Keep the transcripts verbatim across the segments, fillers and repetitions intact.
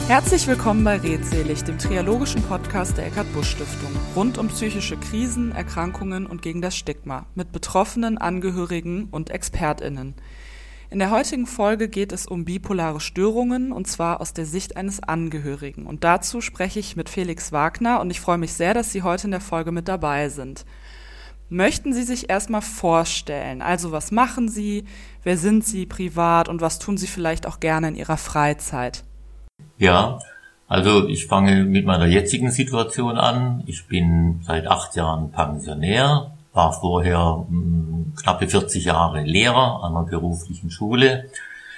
Herzlich willkommen bei Redselig, dem triologischen Podcast der Eckart-Busch-Stiftung, rund um psychische Krisen, Erkrankungen und gegen das Stigma, mit Betroffenen, Angehörigen und ExpertInnen. In der heutigen Folge geht es um bipolare Störungen, und zwar aus der Sicht eines Angehörigen. Und dazu spreche ich mit Felix Wagner und ich freue mich sehr, dass Sie heute in der Folge mit dabei sind. Möchten Sie sich erstmal vorstellen? Also was machen Sie, wer sind Sie privat und was tun Sie vielleicht auch gerne in Ihrer Freizeit? Ja, also ich fange mit meiner jetzigen Situation an. Ich bin seit acht Jahren Pensionär, war vorher mh, knappe vierzig Jahre Lehrer an einer beruflichen Schule,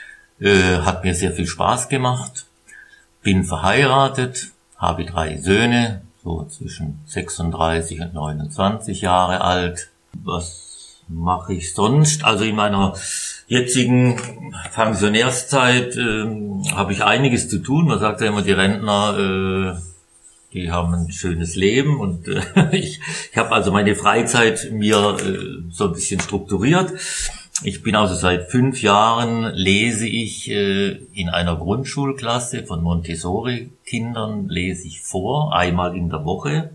äh, hat mir sehr viel Spaß gemacht, bin verheiratet, habe drei Söhne, so zwischen sechsunddreißig und neunundzwanzig Jahre alt. Was mache ich sonst? Also in meiner jetzigen Pensionärszeit ähm, habe ich einiges zu tun. Man sagt ja immer, die Rentner, äh, die haben ein schönes Leben und äh, ich, ich habe also meine Freizeit mir äh, so ein bisschen strukturiert. Ich bin also seit fünf Jahren lese ich äh, in einer Grundschulklasse von Montessori-Kindern lese ich vor, einmal in der Woche.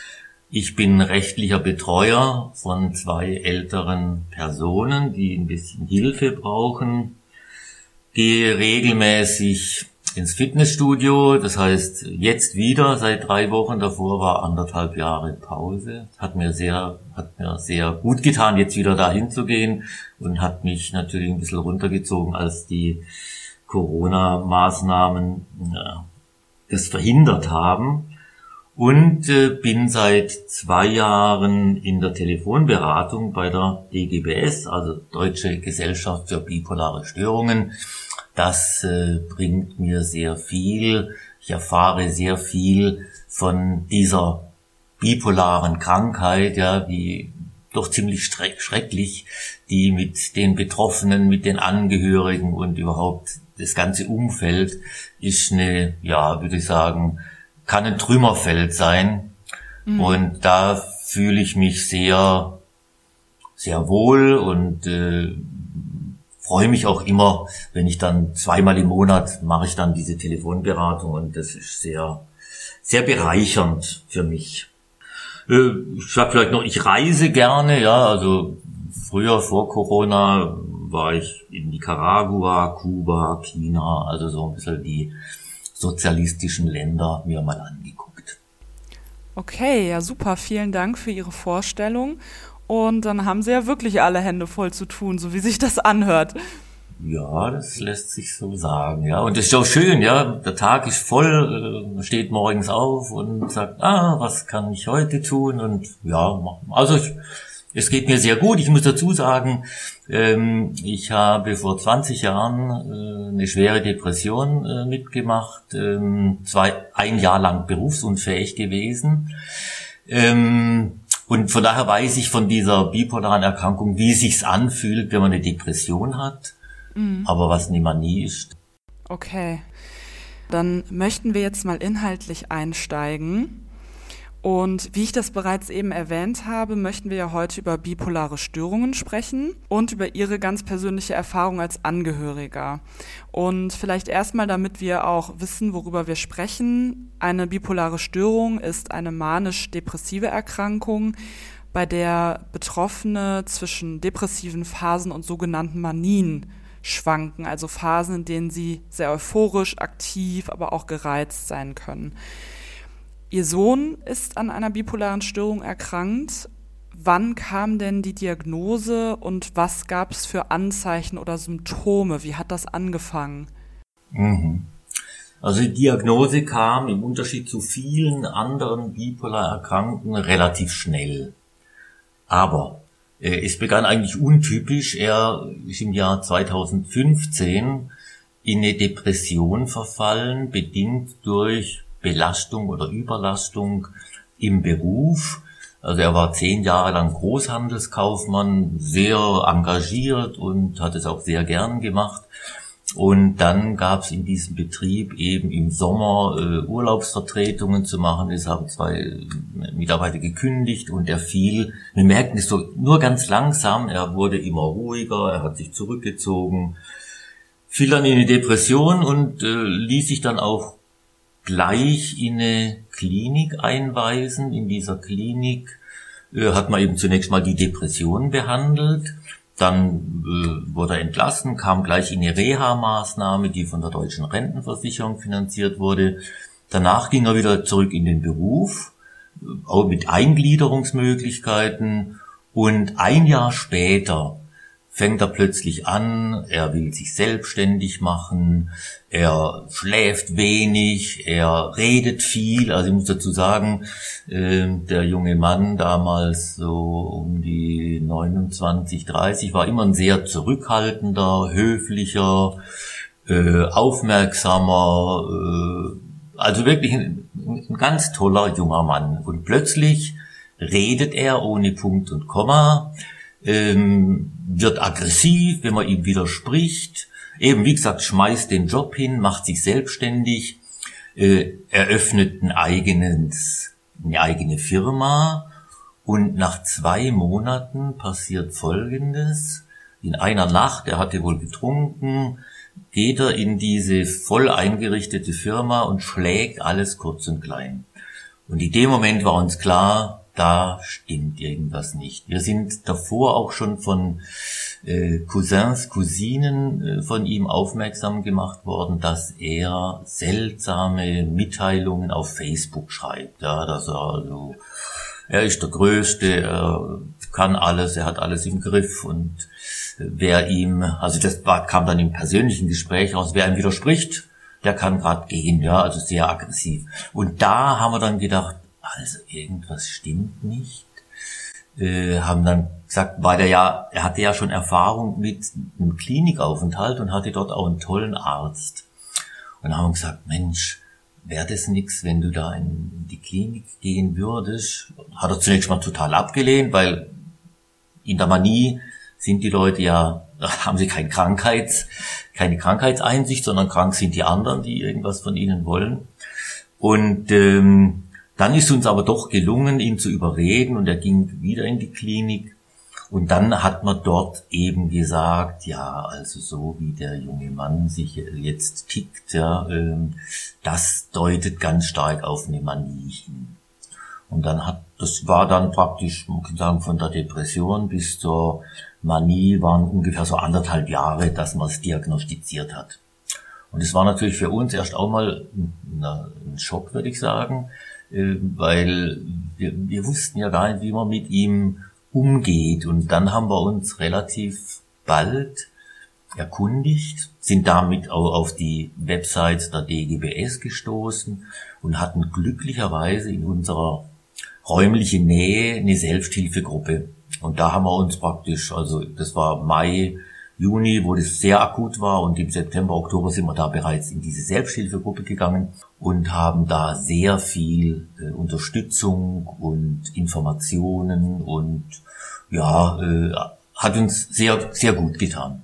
Ich bin rechtlicher Betreuer von zwei älteren Personen, die ein bisschen Hilfe brauchen. Gehe regelmäßig ins Fitnessstudio, das heißt jetzt wieder seit drei Wochen, davor war anderthalb Jahre Pause. Hat mir sehr, hat mir sehr gut getan, jetzt wieder dahin zu gehen und hat mich natürlich ein bisschen runtergezogen, als die Corona-Maßnahmen ja, das verhindert haben. Und äh, bin seit zwei Jahren in der Telefonberatung bei der D G B S, also Deutsche Gesellschaft für bipolare Störungen. Das äh, bringt mir sehr viel. Ich erfahre sehr viel von dieser bipolaren Krankheit, ja, wie doch ziemlich schreck- schrecklich, die mit den Betroffenen, mit den Angehörigen und überhaupt das ganze Umfeld ist eine, ja, würde ich sagen, kann ein Trümmerfeld sein. Mhm. Und da fühle ich mich sehr, sehr wohl und äh, freue mich auch immer, wenn ich dann zweimal im Monat mache ich dann diese Telefonberatung und das ist sehr, sehr bereichernd für mich. Äh, ich sag vielleicht noch, ich reise gerne, ja, also früher vor Corona war ich in Nicaragua, Kuba, China, also so ein bisschen die sozialistischen Länder mir mal angeguckt. Okay, ja super, vielen Dank für Ihre Vorstellung. Und dann haben Sie ja wirklich alle Hände voll zu tun, so wie sich das anhört. Ja, das lässt sich so sagen, ja. Und das ist auch schön, ja. Der Tag ist voll, man steht morgens auf und sagt, ah, was kann ich heute tun? Und ja, also ich, es geht mir sehr gut. Ich muss dazu sagen, ähm, ich habe vor zwanzig Jahren äh, eine schwere Depression äh, mitgemacht, ähm, zwei, ein Jahr lang berufsunfähig gewesen. Ähm, und von daher weiß ich von dieser bipolaren Erkrankung, wie es sich anfühlt, wenn man eine Depression hat, mhm. aber was nie man nie ist. Okay, dann möchten wir jetzt mal inhaltlich einsteigen. Und wie ich das bereits eben erwähnt habe, möchten wir ja heute über bipolare Störungen sprechen und über Ihre ganz persönliche Erfahrung als Angehöriger. Und vielleicht erstmal, damit wir auch wissen, worüber wir sprechen. Eine bipolare Störung ist eine manisch-depressive Erkrankung, bei der Betroffene zwischen depressiven Phasen und sogenannten Manien schwanken, also Phasen, in denen sie sehr euphorisch, aktiv, aber auch gereizt sein können. Ihr Sohn ist an einer bipolaren Störung erkrankt. Wann kam denn die Diagnose und was gab es für Anzeichen oder Symptome? Wie hat das angefangen? Mhm. Also die Diagnose kam im Unterschied zu vielen anderen bipolar Erkrankten relativ schnell. Aber äh, es begann eigentlich untypisch. Er ist im Jahr zweitausendfünfzehn in eine Depression verfallen, bedingt durch Belastung oder Überlastung im Beruf. Also er war zehn Jahre lang Großhandelskaufmann, sehr engagiert und hat es auch sehr gern gemacht. Und dann gab es in diesem Betrieb eben im Sommer äh, Urlaubsvertretungen zu machen. Es haben zwei Mitarbeiter gekündigt und er fiel, wir merkten es so nur ganz langsam, er wurde immer ruhiger, er hat sich zurückgezogen, fiel dann in eine Depression und äh, ließ sich dann auch gleich in eine Klinik einweisen. In dieser Klinik äh, hat man eben zunächst mal die Depression behandelt. Dann äh, wurde er entlassen, kam gleich in eine Reha-Maßnahme, die von der Deutschen Rentenversicherung finanziert wurde. Danach ging er wieder zurück in den Beruf, auch mit Eingliederungsmöglichkeiten. Und ein Jahr später fängt er plötzlich an, er will sich selbstständig machen, er schläft wenig, er redet viel. Also ich muss dazu sagen, äh, der junge Mann damals so um die neunundzwanzig, dreißig war immer ein sehr zurückhaltender, höflicher, äh, aufmerksamer, äh, also wirklich ein, ein ganz toller junger Mann. Und plötzlich redet er ohne Punkt und Komma, ähm, wird aggressiv, wenn man ihm widerspricht, eben wie gesagt, schmeißt den Job hin, macht sich selbstständig, äh, eröffnet ein eigenes, eine eigene Firma und nach zwei Monaten passiert Folgendes. In einer Nacht, er hatte wohl getrunken, geht er in diese voll eingerichtete Firma und schlägt alles kurz und klein. Und in dem Moment war uns klar, da stimmt irgendwas nicht. Wir sind davor auch schon von äh, Cousins, Cousinen äh, von ihm aufmerksam gemacht worden, dass er seltsame Mitteilungen auf Facebook schreibt. Ja, dass er also, er ist der Größte, er kann alles, er hat alles im Griff und äh, wer ihm, also das war, kam dann im persönlichen Gespräch raus, wer ihm widerspricht, der kann gerade gehen, ja, also sehr aggressiv. Und da haben wir dann gedacht, also irgendwas stimmt nicht. Äh, haben dann gesagt, weil er ja, er hatte ja schon Erfahrung mit einem Klinikaufenthalt und hatte dort auch einen tollen Arzt. Und haben gesagt, Mensch, wäre das nix, wenn du da in die Klinik gehen würdest? Hat er zunächst mal total abgelehnt, weil in der Manie sind die Leute ja, haben sie kein Krankheits, keine Krankheitseinsicht, sondern krank sind die anderen, die irgendwas von ihnen wollen. Und ähm, dann ist uns aber doch gelungen, ihn zu überreden und er ging wieder in die Klinik. Und dann hat man dort eben gesagt, ja, also so wie der junge Mann sich jetzt tickt, ja, ähm, das deutet ganz stark auf eine Manie hin. Und dann hat, das war dann praktisch, man kann sagen, von der Depression bis zur Manie waren ungefähr so anderthalb Jahre, dass man es diagnostiziert hat. Und es war natürlich für uns erst auch mal ein Schock, würde ich sagen, weil wir, wir wussten ja gar nicht, wie man mit ihm umgeht. Und dann haben wir uns relativ bald erkundigt, sind damit auch auf die Website der D G B S gestoßen und hatten glücklicherweise in unserer räumlichen Nähe eine Selbsthilfegruppe. Und da haben wir uns praktisch, also das war Mai, Juni, wo das sehr akut war, und im September, Oktober sind wir da bereits in diese Selbsthilfegruppe gegangen und haben da sehr viel äh, Unterstützung und Informationen und ja, äh, hat uns sehr, sehr gut getan.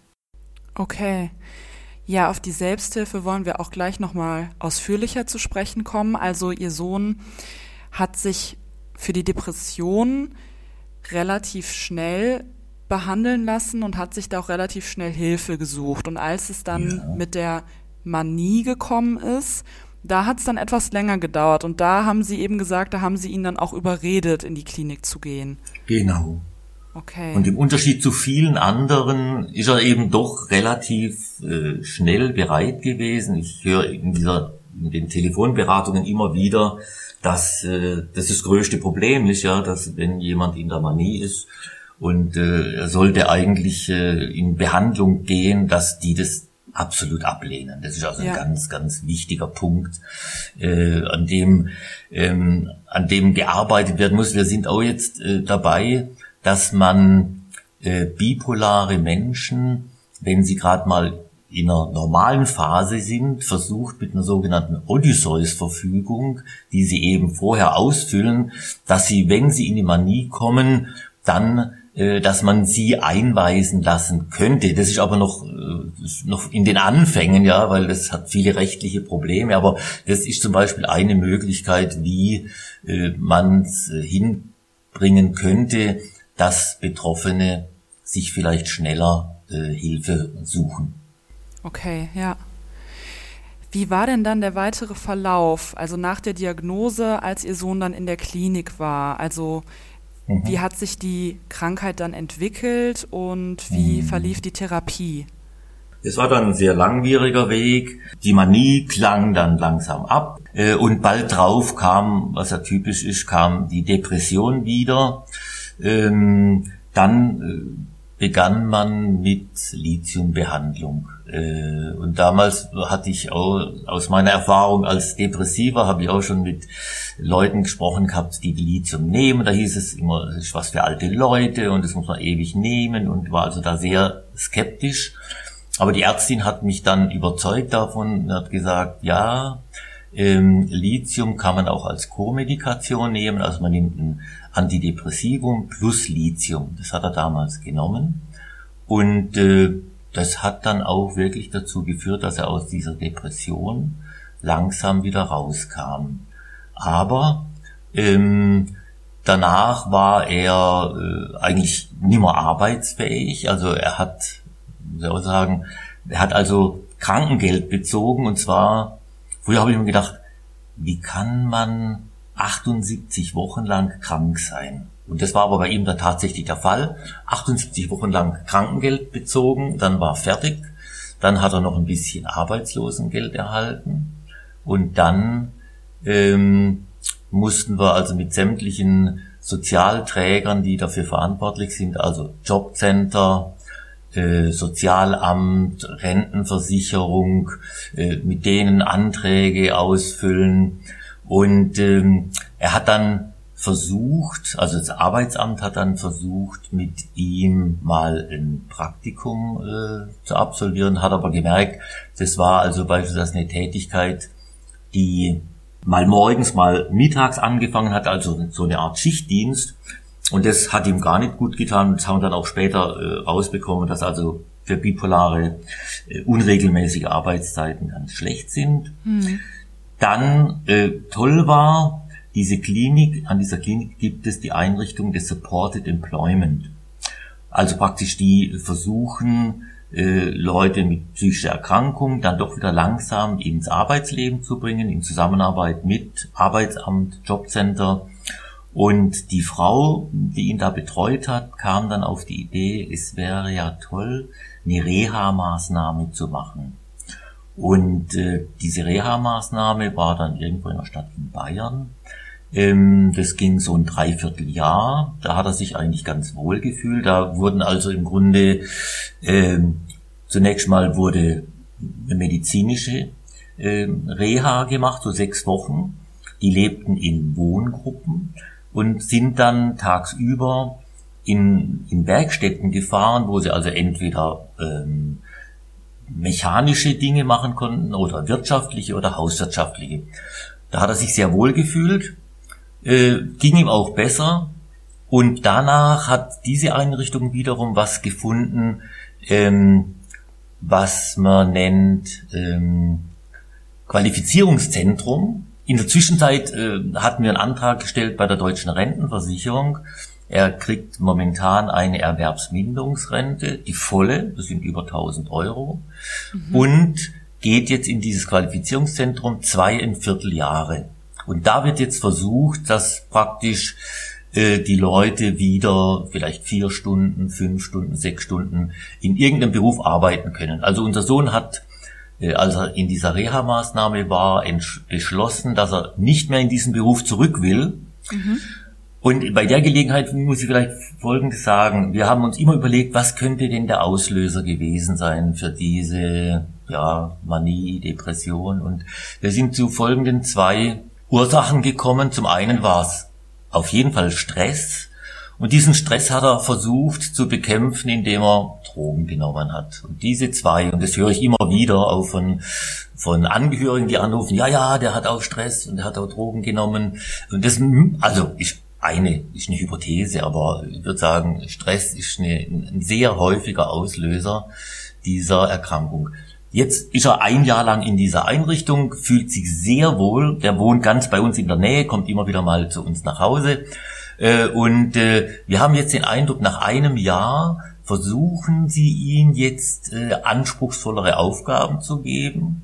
Okay. Ja, auf die Selbsthilfe wollen wir auch gleich nochmal ausführlicher zu sprechen kommen. Also Ihr Sohn hat sich für die Depression relativ schnell behandeln lassen und hat sich da auch relativ schnell Hilfe gesucht. Und als es dann ja. mit der Manie gekommen ist, da hat es dann etwas länger gedauert. Und da haben Sie eben gesagt, da haben Sie ihn dann auch überredet, in die Klinik zu gehen. Genau. Okay. Und im Unterschied zu vielen anderen ist er eben doch relativ äh, schnell bereit gewesen. Ich höre in dieser, in den Telefonberatungen immer wieder, dass äh, das das größte Problem ist, ja, dass wenn jemand in der Manie ist und äh, er sollte eigentlich äh, in Behandlung gehen, dass die das absolut ablehnen. Das ist also ja. ein ganz, ganz wichtiger Punkt, äh, an dem ähm, an dem gearbeitet werden muss. Wir sind auch jetzt äh, dabei, dass man äh, bipolare Menschen, wenn sie gerade mal in einer normalen Phase sind, versucht mit einer sogenannten Odysseus-Verfügung, die sie eben vorher ausfüllen, dass sie, wenn sie in die Manie kommen, dann äh, dass man sie einweisen lassen könnte. Das ist aber noch äh, noch in den Anfängen, ja, weil das hat viele rechtliche Probleme. Aber das ist zum Beispiel eine Möglichkeit, wie äh, man es äh, hinbringen könnte, dass Betroffene sich vielleicht schneller äh, Hilfe suchen. Okay, ja. Wie war denn dann der weitere Verlauf, also nach der Diagnose, als Ihr Sohn dann in der Klinik war? Also mhm. wie hat sich die Krankheit dann entwickelt und wie mhm. verlief die Therapie? Es war dann ein sehr langwieriger Weg. Die Manie klang dann langsam ab. Und bald drauf kam, was ja typisch ist, kam die Depression wieder. Dann begann man mit Lithiumbehandlung. Und damals hatte ich auch, aus meiner Erfahrung als Depressiver, habe ich auch schon mit Leuten gesprochen gehabt, die Lithium nehmen. Da hieß es immer, das ist was für alte Leute und das muss man ewig nehmen und war also da sehr skeptisch. Aber die Ärztin hat mich dann überzeugt davon und hat gesagt, ja, ähm, Lithium kann man auch als Co-Medikation nehmen. Also man nimmt ein Antidepressivum plus Lithium. Das hat er damals genommen. Und äh, das hat dann auch wirklich dazu geführt, dass er aus dieser Depression langsam wieder rauskam. Aber ähm, danach war er äh, eigentlich nicht mehr arbeitsfähig. Also er hat, muss ich auch sagen, er hat also Krankengeld bezogen. Und zwar, früher habe ich mir gedacht, wie kann man achtundsiebzig Wochen lang krank sein? Und das war aber bei ihm dann tatsächlich der Fall. achtundsiebzig Wochen lang Krankengeld bezogen, dann war fertig. Dann hat er noch ein bisschen Arbeitslosengeld erhalten. Und dann ähm, mussten wir also mit sämtlichen Sozialträgern, die dafür verantwortlich sind, also Jobcenter, äh, Sozialamt, Rentenversicherung, äh, mit denen Anträge ausfüllen. Und ähm, er hat dann versucht, also das Arbeitsamt hat dann versucht, mit ihm mal ein Praktikum äh, zu absolvieren, hat aber gemerkt, das war also beispielsweise eine Tätigkeit, die mal morgens, mal mittags angefangen hat, also so eine Art Schichtdienst. Und das hat ihm gar nicht gut getan. Das haben wir dann auch später äh, rausbekommen, dass also für bipolare äh, unregelmäßige Arbeitszeiten ganz schlecht sind. Mhm. Dann äh, toll war, diese Klinik, an dieser Klinik gibt es die Einrichtung des Supported Employment. Also praktisch die versuchen, äh, Leute mit psychischer Erkrankung dann doch wieder langsam ins Arbeitsleben zu bringen, in Zusammenarbeit mit Arbeitsamt, Jobcenter. Und die Frau, die ihn da betreut hat, kam dann auf die Idee, es wäre ja toll, eine Reha-Maßnahme zu machen. Und äh, diese Reha-Maßnahme war dann irgendwo in der Stadt in Bayern. Ähm, das ging so ein Dreivierteljahr. Da hat er sich eigentlich ganz wohl gefühlt. Da wurden also im Grunde ähm, zunächst mal wurde eine medizinische ähm, Reha gemacht, so sechs Wochen. Die lebten in Wohngruppen und sind dann tagsüber in, in Werkstätten gefahren, wo sie also entweder ähm, mechanische Dinge machen konnten oder wirtschaftliche oder hauswirtschaftliche. Da hat er sich sehr wohl gefühlt, äh, ging ihm auch besser und danach hat diese Einrichtung wiederum was gefunden, ähm, was man nennt ähm, Qualifizierungszentrum. In der Zwischenzeit äh, hatten wir einen Antrag gestellt bei der Deutschen Rentenversicherung. Er kriegt momentan eine Erwerbsminderungsrente, die volle, das sind über tausend Euro, mhm. und geht jetzt in dieses Qualifizierungszentrum zweieinviertel Jahre. Und da wird jetzt versucht, dass praktisch äh, die Leute wieder vielleicht vier Stunden, fünf Stunden, sechs Stunden in irgendeinem Beruf arbeiten können. Also unser Sohn hat, äh, als er in dieser Reha-Maßnahme war, entsch- beschlossen, dass er nicht mehr in diesen Beruf zurück will. Mhm. Und bei der Gelegenheit muss ich vielleicht Folgendes sagen. Wir haben uns immer überlegt, was könnte denn der Auslöser gewesen sein für diese ja, Manie, Depression. Und wir sind zu folgenden zwei Ursachen gekommen. Zum einen war es auf jeden Fall Stress. Und diesen Stress hat er versucht zu bekämpfen, indem er Drogen genommen hat. Und diese zwei, und das höre ich immer wieder auch von, von Angehörigen, die anrufen, ja, ja, der hat auch Stress und der hat auch Drogen genommen. Und das, also ich Eine ist eine Hypothese, aber ich würde sagen, Stress ist eine, ein sehr häufiger Auslöser dieser Erkrankung. Jetzt ist er ein Jahr lang in dieser Einrichtung, fühlt sich sehr wohl. Der wohnt ganz bei uns in der Nähe, kommt immer wieder mal zu uns nach Hause. Und wir haben jetzt den Eindruck, nach einem Jahr versuchen sie ihn jetzt anspruchsvollere Aufgaben zu geben.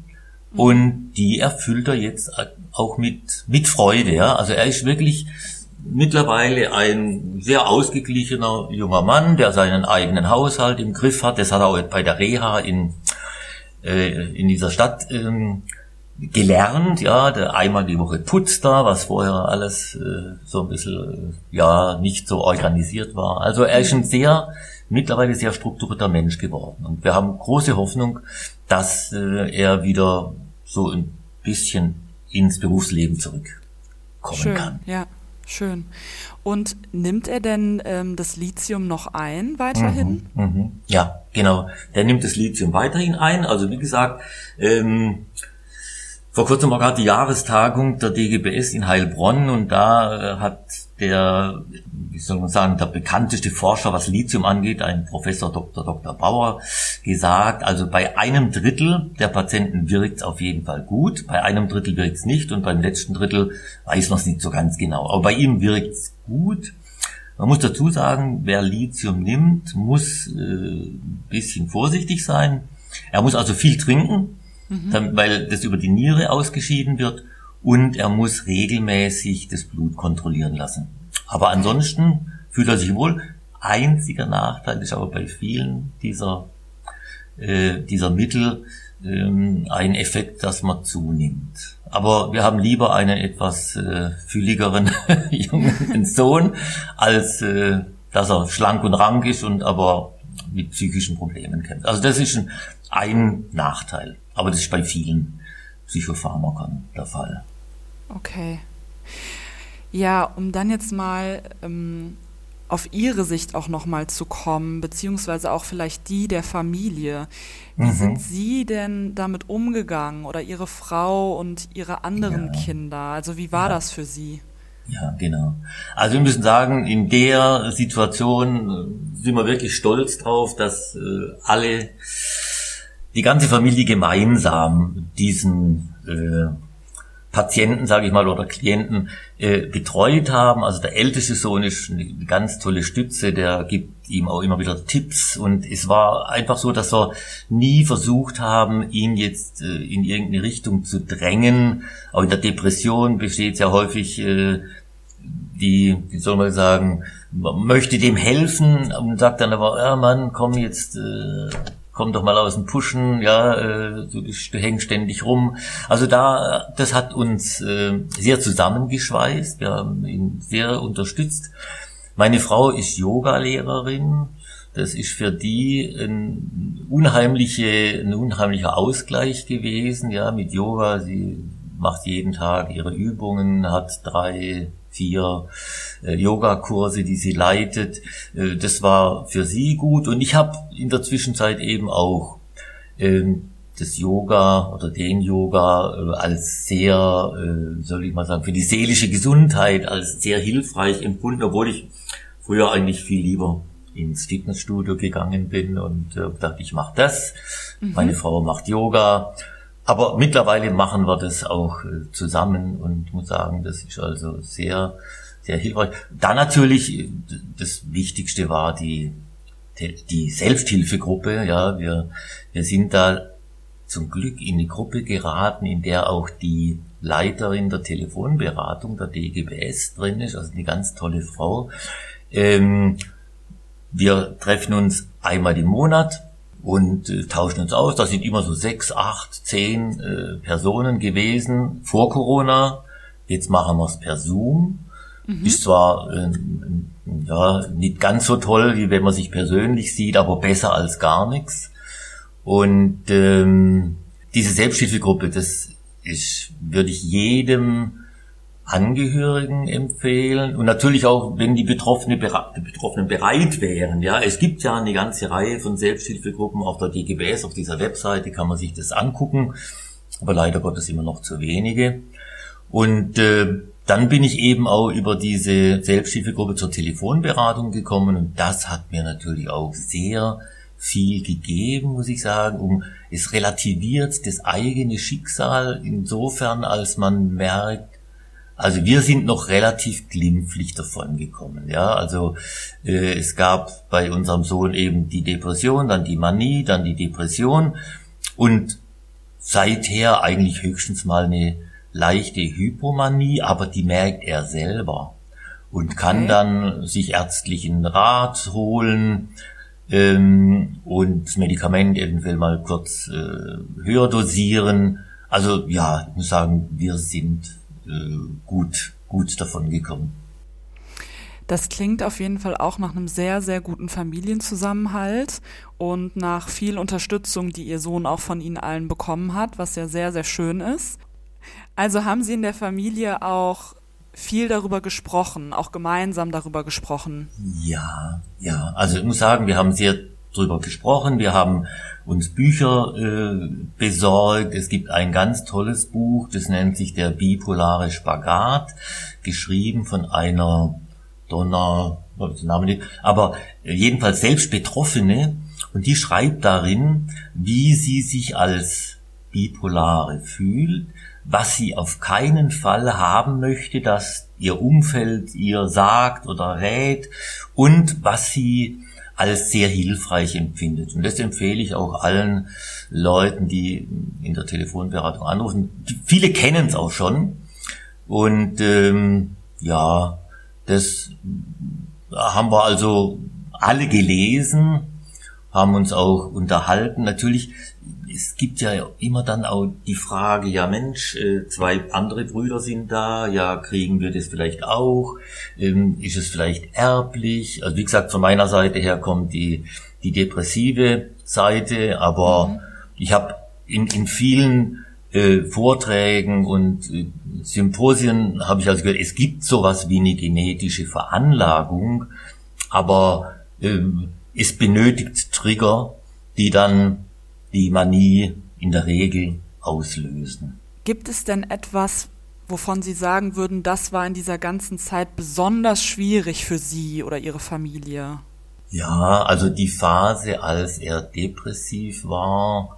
Mhm. Und die erfüllt er jetzt auch mit, mit Freude, ja. Also er ist wirklich mittlerweile ein sehr ausgeglichener junger Mann, der seinen eigenen Haushalt im Griff hat. Das hat er auch bei der Reha in, äh, in dieser Stadt, ähm, gelernt, ja, der einmal die Woche putzt da, was vorher alles äh, so ein bisschen, äh, ja, nicht so organisiert war. Also er ist ein sehr, mittlerweile sehr strukturierter Mensch geworden. Und wir haben große Hoffnung, dass äh, er wieder so ein bisschen ins Berufsleben zurückkommen Schön, kann. Ja, schön. Und nimmt er denn ähm, das Lithium noch ein, weiterhin? Mhm, mhm. Ja, genau. Der nimmt das Lithium weiterhin ein. Also wie gesagt, ähm, vor kurzem war gerade die Jahrestagung der D G B S in Heilbronn und da äh, hat der, wie soll man sagen, der bekannteste Forscher, was Lithium angeht, ein Professor Doktor Doktor Bauer, gesagt, also bei einem Drittel der Patienten wirkt es auf jeden Fall gut, bei einem Drittel wirkt es nicht und beim letzten Drittel weiß man es nicht so ganz genau. Aber bei ihm wirkt es gut. Man muss dazu sagen, wer Lithium nimmt, muss äh, ein bisschen vorsichtig sein. Er muss also viel trinken, Mhm. weil das über die Niere ausgeschieden wird und er muss regelmäßig das Blut kontrollieren lassen. Aber ansonsten fühlt er sich wohl. Einziger Nachteil ist aber bei vielen dieser äh, dieser Mittel ähm, ein Effekt, dass man zunimmt. Aber wir haben lieber einen etwas äh, fülligeren jungen Sohn, als äh, dass er schlank und rank ist und aber mit psychischen Problemen kämpft. Also das ist ein, ein Nachteil. Aber das ist bei vielen Psychopharmakern der Fall. Okay. Ja, um dann jetzt mal ähm, auf Ihre Sicht auch nochmal zu kommen, beziehungsweise auch vielleicht die der Familie. Wie mhm. sind Sie denn damit umgegangen oder Ihre Frau und Ihre anderen ja. Kinder? Also wie war ja. das für Sie? Ja, genau. Also wir müssen sagen, in der Situation sind wir wirklich stolz drauf, dass äh, alle, die ganze Familie gemeinsam diesen äh, Patienten, sage ich mal, oder Klienten äh, betreut haben. Also der älteste Sohn ist eine ganz tolle Stütze, der gibt ihm auch immer wieder Tipps und es war einfach so, dass wir nie versucht haben, ihn jetzt äh, in irgendeine Richtung zu drängen. Auch in der Depression besteht sehr häufig äh, die, wie soll man sagen, man möchte dem helfen und sagt dann aber, ja Mann, komm jetzt, äh, komm doch mal aus dem Pushen, ja, äh, du, du hängst ständig rum. Also da, das hat uns äh, sehr zusammengeschweißt, wir haben ihn sehr unterstützt. Meine Frau ist Yoga-Lehrerin, das ist für die ein, unheimliche, ein unheimlicher Ausgleich gewesen, ja, mit Yoga. Sie macht jeden Tag ihre Übungen, hat drei vier äh, Yogakurse, die sie leitet. Äh, das war für sie gut und ich habe in der Zwischenzeit eben auch ähm, das Yoga oder den Yoga äh, als sehr, äh, soll ich mal sagen, für die seelische Gesundheit als sehr hilfreich empfunden, obwohl ich früher eigentlich viel lieber ins Fitnessstudio gegangen bin und äh, dachte, ich mache das. Mhm. Meine Frau macht Yoga. Aber mittlerweile machen wir das auch äh, zusammen und muss sagen, das ist also sehr, sehr hilfreich. Dann natürlich, das Wichtigste war die, die Selbsthilfegruppe. Ja, wir, wir sind da zum Glück in die Gruppe geraten, in der auch die Leiterin der Telefonberatung der D G B S drin ist, also eine ganz tolle Frau. Ähm, wir treffen uns einmal im Monat und äh, tauschen uns aus. Da sind immer so sechs, acht, zehn äh, Personen gewesen vor Corona. Jetzt machen wir es per Zoom. Mhm. Ist zwar äh, ja nicht ganz so toll, wie wenn man sich persönlich sieht, aber besser als gar nichts. Und ähm, diese Selbsthilfegruppe, das ist, würde ich jedem Angehörigen empfehlen und natürlich auch, wenn die Betroffene, die Betroffenen bereit wären. Ja, es gibt ja eine ganze Reihe von Selbsthilfegruppen auf der D G B S, auf dieser Webseite kann man sich das angucken, aber leider Gottes immer noch zu wenige. Und äh, dann bin ich eben auch über diese Selbsthilfegruppe zur Telefonberatung gekommen und das hat mir natürlich auch sehr viel gegeben, muss ich sagen. Um, es relativiert das eigene Schicksal insofern, als man merkt, also wir sind noch relativ glimpflich davon gekommen, ja. Also äh, es gab bei unserem Sohn eben die Depression, dann die Manie, dann die Depression und seither eigentlich höchstens mal eine leichte Hypomanie, aber die merkt er selber und kann okay. dann sich ärztlichen Rat holen ähm, und das Medikament eventuell mal kurz äh, höher dosieren. Also ja, ich muss sagen, wir sind äh, gut, gut davon gekommen. Das klingt auf jeden Fall auch nach einem sehr, sehr guten Familienzusammenhalt und nach viel Unterstützung, die Ihr Sohn auch von Ihnen allen bekommen hat, was ja sehr, sehr schön ist. Also haben Sie in der Familie auch viel darüber gesprochen, auch gemeinsam darüber gesprochen? Ja, ja. Also ich muss sagen, wir haben sehr darüber gesprochen. Wir haben uns Bücher äh, besorgt. Es gibt ein ganz tolles Buch, das nennt sich Der bipolare Spagat, geschrieben von einer Donna, Name nicht, aber jedenfalls selbst Betroffene, und die schreibt darin, wie sie sich als Bipolare fühlt, was sie auf keinen Fall haben möchte, dass ihr Umfeld ihr sagt oder rät und was sie als sehr hilfreich empfindet. Und das empfehle ich auch allen Leuten, die in der Telefonberatung anrufen. Viele kennen es auch schon und ähm, ja, das haben wir also alle gelesen, haben uns auch unterhalten. Natürlich, es gibt ja immer dann auch die Frage, ja Mensch, zwei andere Brüder sind da, ja, kriegen wir das vielleicht auch? Ist es vielleicht erblich? Also wie gesagt, von meiner Seite her kommt die, die depressive Seite, aber mhm. ich habe in, in vielen Äh, Vorträgen und äh, Symposien habe ich also gehört, es gibt sowas wie eine genetische Veranlagung, aber äh, es benötigt Trigger, die dann die Manie in der Regel auslösen. Gibt es denn etwas, wovon Sie sagen würden, das war in dieser ganzen Zeit besonders schwierig für Sie oder Ihre Familie? Ja, also die Phase, als er depressiv war,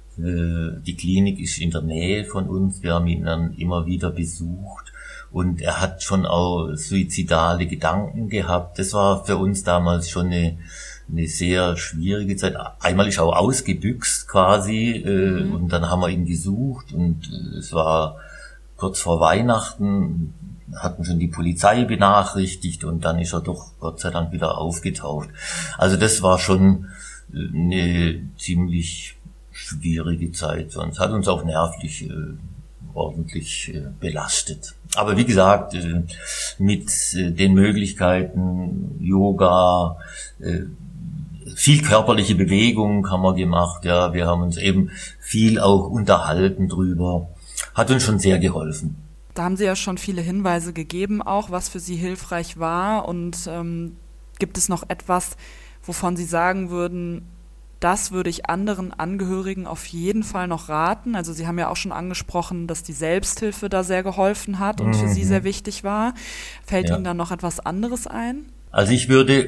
die Klinik ist in der Nähe von uns, wir haben ihn dann immer wieder besucht und er hat schon auch suizidale Gedanken gehabt. Das war für uns damals schon eine, eine sehr schwierige Zeit. Einmal ist er auch ausgebüxt quasi mhm. und dann haben wir ihn gesucht und es war kurz vor Weihnachten, hatten schon die Polizei benachrichtigt und dann ist er doch Gott sei Dank wieder aufgetaucht. Also das war schon eine ziemlich schwierige Zeit, sonst hat uns auch nervlich äh, ordentlich äh, belastet. Aber wie gesagt, äh, mit äh, den Möglichkeiten Yoga, äh, viel körperliche Bewegung haben wir gemacht, ja, wir haben uns eben viel auch unterhalten drüber, hat uns schon sehr geholfen. Da haben Sie ja schon viele Hinweise gegeben, auch was für Sie hilfreich war, und ähm, gibt es noch etwas, wovon Sie sagen würden, das würde ich anderen Angehörigen auf jeden Fall noch raten? Also Sie haben ja auch schon angesprochen, dass die Selbsthilfe da sehr geholfen hat und mhm. für Sie sehr wichtig war. Fällt ja. Ihnen da noch etwas anderes ein? Also ich würde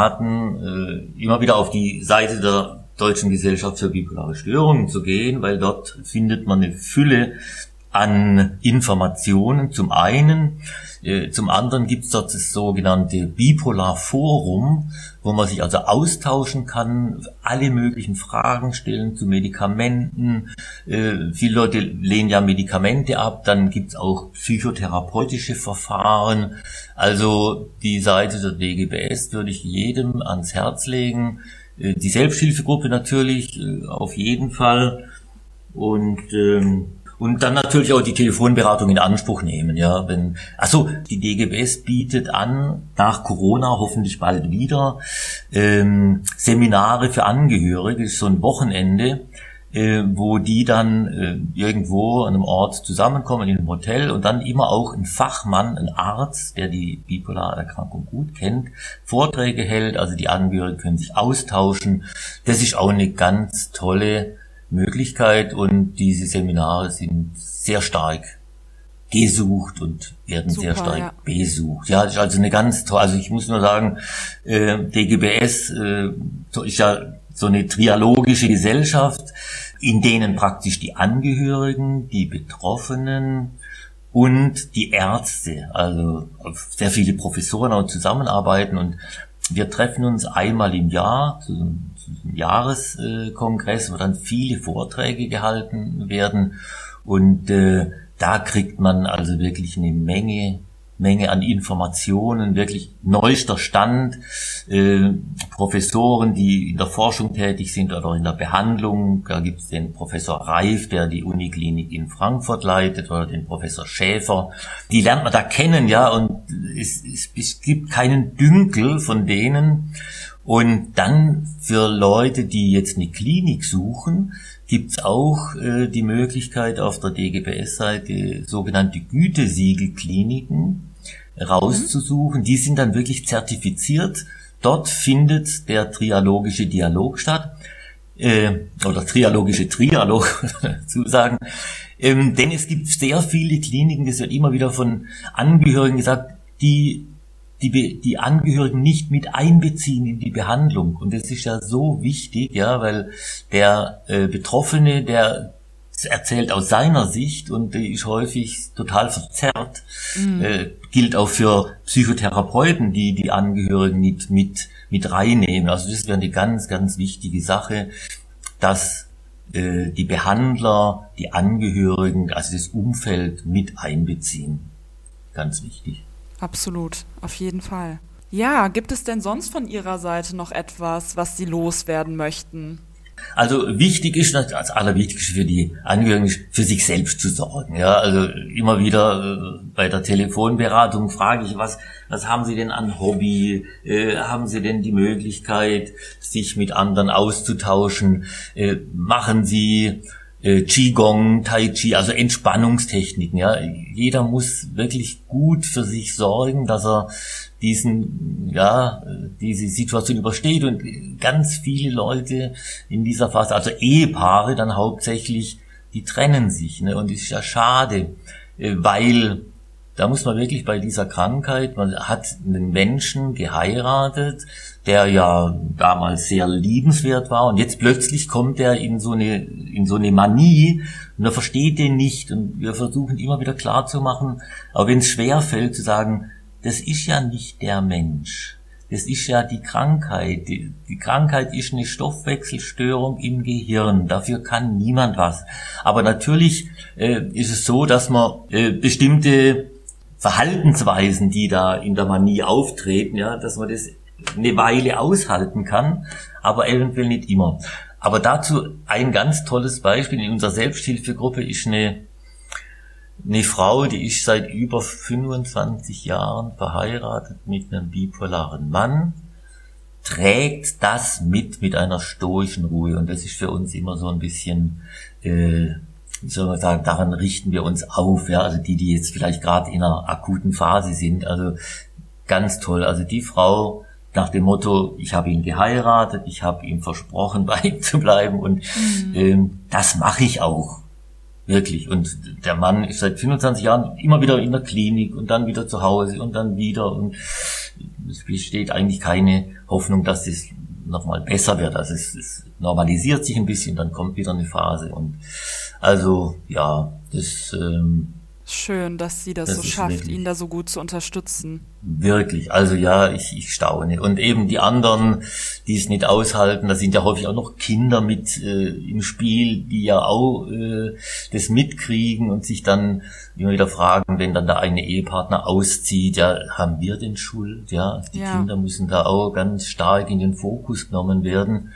raten, immer wieder auf die Seite der Deutschen Gesellschaft für bipolare Störungen zu gehen, weil dort findet man eine Fülle an Informationen. Zum einen, äh, zum anderen gibt es dort das sogenannte Bipolar Forum, wo man sich also austauschen kann, alle möglichen Fragen stellen zu Medikamenten. Äh, viele Leute lehnen ja Medikamente ab, dann gibt es auch psychotherapeutische Verfahren. Also die Seite der D G B S würde ich jedem ans Herz legen. Äh, die Selbsthilfegruppe natürlich, äh, auf jeden Fall. Und ähm, Und dann natürlich auch die Telefonberatung in Anspruch nehmen, ja. Wenn, also die D G B S bietet an, nach Corona hoffentlich bald wieder, ähm, Seminare für Angehörige, das ist so ein Wochenende, äh, wo die dann äh, irgendwo an einem Ort zusammenkommen, in einem Hotel, und dann immer auch ein Fachmann, ein Arzt, der die bipolare Erkrankung gut kennt, Vorträge hält, also die Angehörigen können sich austauschen. Das ist auch eine ganz tolle Möglichkeit, und diese Seminare sind sehr stark gesucht und werden Super, sehr stark ja. besucht. Ja, das ist also eine ganz tolle, also ich muss nur sagen, äh, D G B S äh, ist ja so eine trialogische Gesellschaft, in denen praktisch die Angehörigen, die Betroffenen und die Ärzte, also sehr viele Professoren auch zusammenarbeiten, und wir treffen uns einmal im Jahr zu, zu einem Jahreskongress, wo dann viele Vorträge gehalten werden. Und äh, da kriegt man also wirklich eine Menge Menge an Informationen, wirklich neuester Stand, äh, Professoren, die in der Forschung tätig sind oder in der Behandlung. Da gibt es den Professor Reif, der die Uniklinik in Frankfurt leitet, oder den Professor Schäfer. Die lernt man da kennen, ja, und es, es, es gibt keinen Dünkel von denen. Und dann für Leute, die jetzt eine Klinik suchen, gibt's auch äh, die Möglichkeit auf der D G B S-Seite sogenannte Gütesiegelkliniken rauszusuchen. Die sind dann wirklich zertifiziert. Dort findet der trialogische Dialog statt, äh, oder trialogische Trialog zu sagen. Ähm, denn es gibt sehr viele Kliniken, das wird immer wieder von Angehörigen gesagt, die die die Angehörigen nicht mit einbeziehen in die Behandlung. Und das ist ja so wichtig, ja, weil der äh, Betroffene, der erzählt aus seiner Sicht und die ist häufig total verzerrt. Mhm. Äh, gilt auch für Psychotherapeuten, die die Angehörigen nicht mit mit reinnehmen. Also das wäre eine ganz, ganz wichtige Sache, dass äh, die Behandler, die Angehörigen, also das Umfeld mit einbeziehen. Ganz wichtig. Absolut, auf jeden Fall. Ja, gibt es denn sonst von Ihrer Seite noch etwas, was Sie loswerden möchten? Also wichtig ist, als allerwichtigste für die Angehörigen, für sich selbst zu sorgen. Ja, also immer wieder äh, bei der Telefonberatung frage ich, was, was haben Sie denn an Hobby? Äh, haben Sie denn die Möglichkeit, sich mit anderen auszutauschen? Äh, machen Sie Qigong, Tai Chi, also Entspannungstechniken, ja. Jeder muss wirklich gut für sich sorgen, dass er diesen, ja, diese Situation übersteht, und ganz viele Leute in dieser Phase, also Ehepaare dann hauptsächlich, die trennen sich, ne, und das ist ja schade, weil da muss man wirklich bei dieser Krankheit, man hat einen Menschen geheiratet, der ja damals sehr liebenswert war, und jetzt plötzlich kommt er in so eine in so eine Manie und er versteht den nicht, und wir versuchen immer wieder klarzumachen, aber wenn es schwer fällt, zu sagen, das ist ja nicht der Mensch, das ist ja die Krankheit, die, die Krankheit ist eine Stoffwechselstörung im Gehirn, dafür kann niemand was. Aber natürlich äh, ist es so, dass man äh, bestimmte Verhaltensweisen, die da in der Manie auftreten, ja, dass man das eine Weile aushalten kann, aber eventuell nicht immer. Aber dazu ein ganz tolles Beispiel in unserer Selbsthilfegruppe ist eine, eine Frau, die ist seit über fünfundzwanzig Jahren verheiratet mit einem bipolaren Mann, trägt das mit, mit einer stoischen Ruhe, und das ist für uns immer so ein bisschen, äh, wie soll man sagen, daran richten wir uns auf, ja, also die, die jetzt vielleicht gerade in einer akuten Phase sind, also ganz toll, also die Frau nach dem Motto, ich habe ihn geheiratet, ich habe ihm versprochen, bei ihm zu bleiben, und mhm. ähm, das mache ich auch, wirklich. Und der Mann ist seit fünfundzwanzig Jahren immer wieder in der Klinik und dann wieder zu Hause und dann wieder, und es besteht eigentlich keine Hoffnung, dass es nochmal besser wird. Also es, es normalisiert sich ein bisschen, dann kommt wieder eine Phase, und also ja, das ähm, schön, dass sie das, das so schafft, ihn da so gut zu unterstützen. Wirklich, also ja, ich, ich staune. Und eben die anderen, die es nicht aushalten, da sind ja häufig auch noch Kinder mit äh, im Spiel, die ja auch äh, das mitkriegen und sich dann immer wieder fragen, wenn dann der eine Ehepartner auszieht, ja, haben wir denn Schuld? Ja, die ja. Kinder müssen da auch ganz stark in den Fokus genommen werden.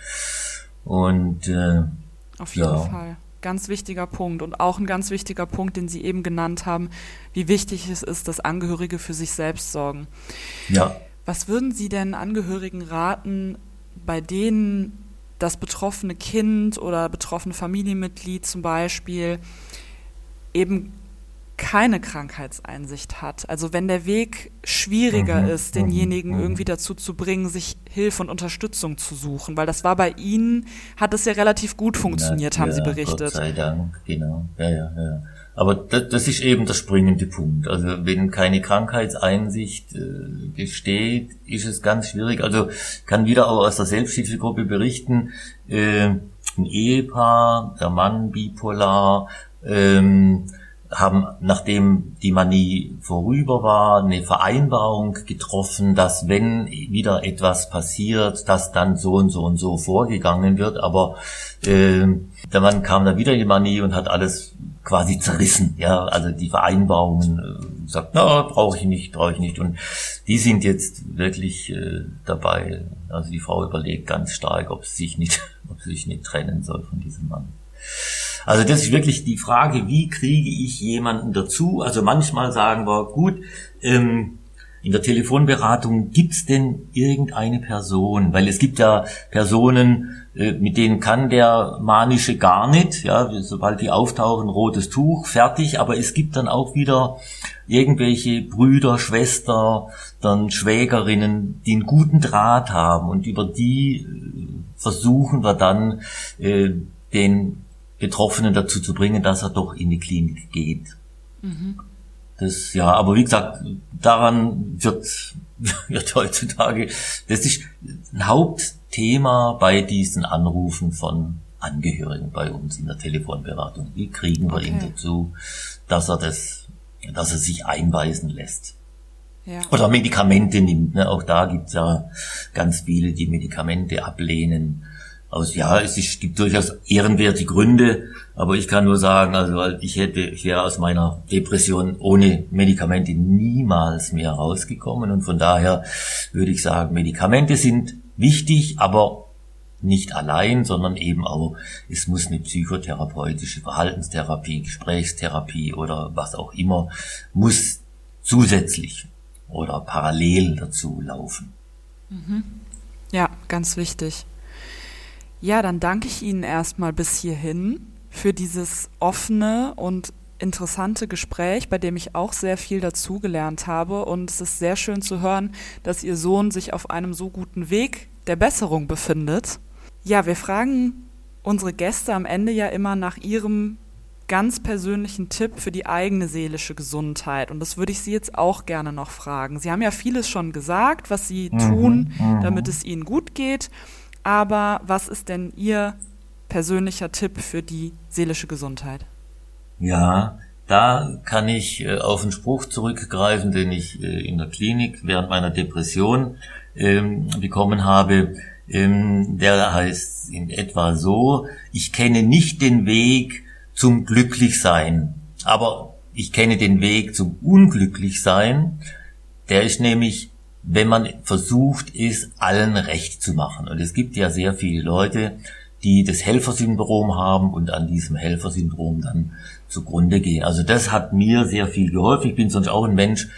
Und äh, auf jeden ja. Fall. Ganz wichtiger Punkt, und auch ein ganz wichtiger Punkt, den Sie eben genannt haben, wie wichtig es ist, dass Angehörige für sich selbst sorgen. Ja. Was würden Sie denn Angehörigen raten, bei denen das betroffene Kind oder betroffene Familienmitglied zum Beispiel eben keine Krankheitseinsicht hat? Also wenn der Weg schwieriger mhm. ist, denjenigen mhm. irgendwie dazu zu bringen, sich Hilfe und Unterstützung zu suchen, weil das war bei Ihnen, hat es ja relativ gut funktioniert, ja, haben ja, Sie berichtet. Gott sei Dank, genau. Ja, ja, ja. Aber das, das ist eben der springende Punkt. Also wenn keine Krankheitseinsicht äh, besteht, ist es ganz schwierig. Also ich kann wieder auch aus der Selbsthilfegruppe berichten, äh, ein Ehepaar, der Mann bipolar, ähm, haben, nachdem die Manie vorüber war, eine Vereinbarung getroffen, dass wenn wieder etwas passiert, dass dann so und so und so vorgegangen wird. Aber äh, der Mann kam dann wieder in die Manie und hat alles quasi zerrissen. Ja, also die Vereinbarungen äh, sagt, na, brauche ich nicht, brauche ich nicht. Und die sind jetzt wirklich äh, dabei. Also die Frau überlegt ganz stark, ob sie sich nicht, ob sie sich nicht trennen soll von diesem Mann. Also das ist wirklich die Frage, wie kriege ich jemanden dazu? Also manchmal sagen wir, gut, ähm, in der Telefonberatung gibt's denn irgendeine Person? Weil es gibt ja Personen, äh, mit denen kann der Manische gar nicht, ja, sobald die auftauchen, rotes Tuch, fertig. Aber es gibt dann auch wieder irgendwelche Brüder, Schwester, dann Schwägerinnen, die einen guten Draht haben. Und über die äh, versuchen wir dann, äh, den Betroffenen dazu zu bringen, dass er doch in die Klinik geht. Mhm. Das, ja, aber wie gesagt, daran wird, wird heutzutage, das ist ein Hauptthema bei diesen Anrufen von Angehörigen bei uns in der Telefonberatung. Wie kriegen wir okay. ihn dazu, dass er das, dass er sich einweisen lässt? Ja. Oder Medikamente nimmt, ne? Auch da gibt's ja ganz viele, die Medikamente ablehnen. Also ja, es ist, gibt durchaus ehrenwerte Gründe, aber ich kann nur sagen, also ich hätte, ich wäre aus meiner Depression ohne Medikamente niemals mehr rausgekommen und von daher würde ich sagen, Medikamente sind wichtig, aber nicht allein, sondern eben auch, es muss eine psychotherapeutische Verhaltenstherapie, Gesprächstherapie oder was auch immer, muss zusätzlich oder parallel dazu laufen. Mhm. Ja, ganz wichtig. Ja, dann danke ich Ihnen erstmal bis hierhin für dieses offene und interessante Gespräch, bei dem ich auch sehr viel dazugelernt habe. Und es ist sehr schön zu hören, dass Ihr Sohn sich auf einem so guten Weg der Besserung befindet. Ja, wir fragen unsere Gäste am Ende ja immer nach ihrem ganz persönlichen Tipp für die eigene seelische Gesundheit. Und das würde ich Sie jetzt auch gerne noch fragen. Sie haben ja vieles schon gesagt, was Sie mhm, tun, mhm. damit es Ihnen gut geht. Aber was ist denn Ihr persönlicher Tipp für die seelische Gesundheit? Ja, da kann ich äh, auf einen Spruch zurückgreifen, den ich äh, in der Klinik während meiner Depression ähm, bekommen habe. Ähm, der heißt in etwa so: Ich kenne nicht den Weg zum Glücklichsein, aber ich kenne den Weg zum Unglücklichsein. Der ist nämlich, wenn man versucht ist, allen recht zu machen. Und es gibt ja sehr viele Leute, die das Helfersyndrom haben und an diesem Helfersyndrom dann zugrunde gehen. Also das hat mir sehr viel geholfen. Ich bin sonst auch ein Mensch,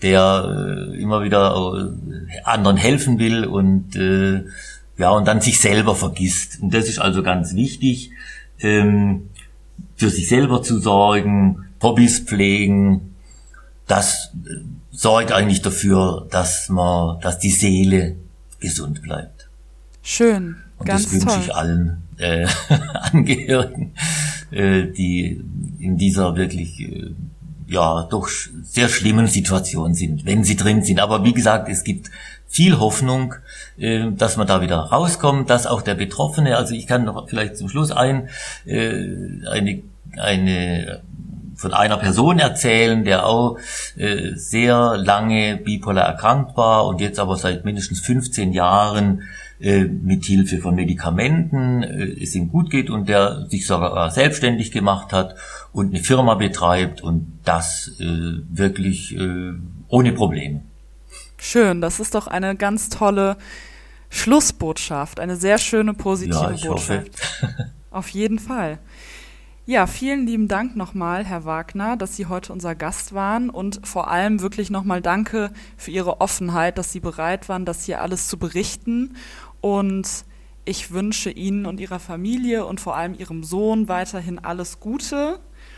der äh, immer wieder äh, anderen helfen will und äh, ja und dann sich selber vergisst. Und das ist also ganz wichtig, ähm, für sich selber zu sorgen, Hobbys pflegen. Das äh, sorgt eigentlich dafür, dass man, dass die Seele gesund bleibt. Schön, und ganz toll. Und das wünsche ich allen äh, Angehörigen, äh, die in dieser wirklich äh, ja doch sehr schlimmen Situation sind, wenn sie drin sind. Aber wie gesagt, es gibt viel Hoffnung, äh, dass man da wieder rauskommt, dass auch der Betroffene, also ich kann noch vielleicht zum Schluss ein äh, eine eine von einer Person erzählen, der auch äh, sehr lange bipolar erkrankt war und jetzt aber seit mindestens fünfzehn Jahren äh, mit Hilfe von Medikamenten äh, es ihm gut geht und der sich sogar selbstständig gemacht hat und eine Firma betreibt und das äh, wirklich äh, ohne Probleme. Schön, das ist doch eine ganz tolle Schlussbotschaft, eine sehr schöne positive ja, ich Botschaft. Hoffe. Auf jeden Fall. Ja, vielen lieben Dank nochmal, Herr Wagner, dass Sie heute unser Gast waren und vor allem wirklich nochmal danke für Ihre Offenheit, dass Sie bereit waren, das hier alles zu berichten und ich wünsche Ihnen und Ihrer Familie und vor allem Ihrem Sohn weiterhin alles Gute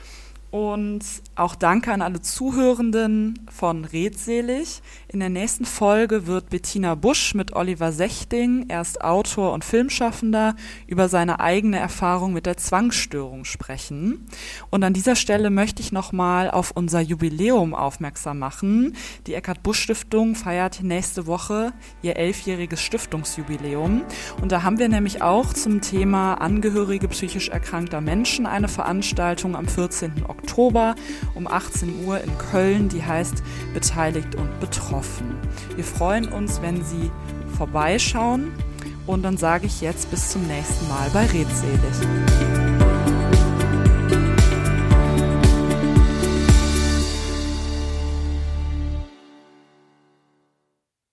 und auch danke an alle Zuhörenden von Redselig. In der nächsten Folge wird Bettina Busch mit Oliver Sechting, er ist Autor und Filmschaffender, über seine eigene Erfahrung mit der Zwangsstörung sprechen. Und an dieser Stelle möchte ich nochmal auf unser Jubiläum aufmerksam machen. Die Eckart-Busch-Stiftung feiert nächste Woche ihr elfjähriges Stiftungsjubiläum. Und da haben wir nämlich auch zum Thema Angehörige psychisch erkrankter Menschen eine Veranstaltung am vierzehnten Oktober Oktober um achtzehn Uhr in Köln, die heißt Beteiligt und Betroffen. Wir freuen uns, wenn Sie vorbeischauen und dann sage ich jetzt bis zum nächsten Mal bei Redselig.